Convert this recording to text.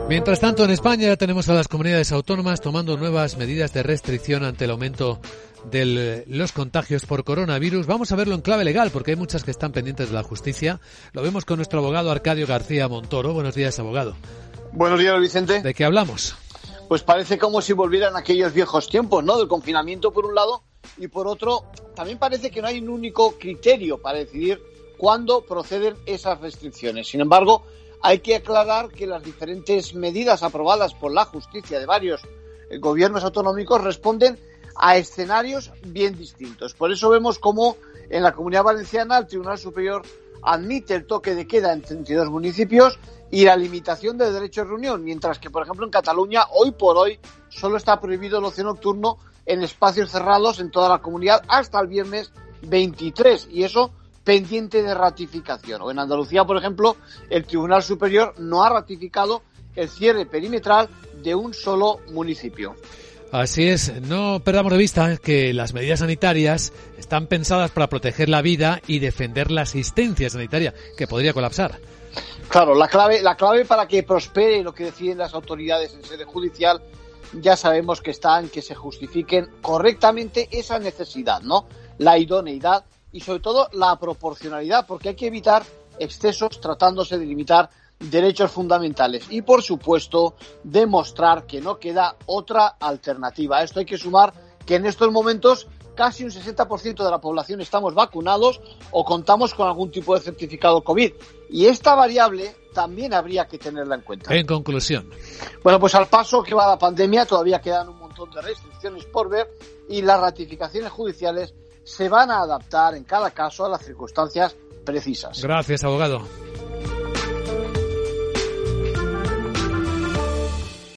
Mientras tanto, en España ya tenemos a las comunidades autónomas tomando nuevas medidas de restricción ante el aumento de los contagios por coronavirus. Vamos a verlo en clave legal, porque hay muchas que están pendientes de la justicia. Lo vemos con nuestro abogado Arcadio García Montoro. Buenos días, abogado. Buenos días, Vicente. ¿De qué hablamos? Pues parece como si volvieran aquellos viejos tiempos, ¿no? Del confinamiento por un lado, y por otro, también parece que no hay un único criterio para decidir cuándo proceden esas restricciones. Sin embargo, hay que aclarar que las diferentes medidas aprobadas por la justicia de varios gobiernos autonómicos responden a escenarios bien distintos. Por eso vemos cómo en la Comunidad Valenciana el Tribunal Superior admite el toque de queda en 32 municipios y la limitación del derecho de reunión, mientras que, por ejemplo, en Cataluña, hoy por hoy, solo está prohibido el ocio nocturno en espacios cerrados en toda la comunidad hasta el viernes 23, y eso pendiente de ratificación. O en Andalucía, por ejemplo, el Tribunal Superior no ha ratificado el cierre perimetral de un solo municipio. Así es, no perdamos de vista que las medidas sanitarias están pensadas para proteger la vida y defender la asistencia sanitaria, que podría colapsar. Claro, la clave para que prospere lo que deciden las autoridades en sede judicial, ya sabemos que está en que se justifiquen correctamente esa necesidad, ¿no? La idoneidad y sobre todo la proporcionalidad, porque hay que evitar excesos tratándose de limitar derechos fundamentales y, por supuesto, demostrar que no queda otra alternativa. A esto hay que sumar que en estos momentos casi un 60% de la población estamos vacunados o contamos con algún tipo de certificado COVID. Y esta variable también habría que tenerla en cuenta. En conclusión. Bueno, pues al paso que va la pandemia todavía quedan un montón de restricciones por ver y las ratificaciones judiciales se van a adaptar en cada caso a las circunstancias precisas. Gracias, abogado.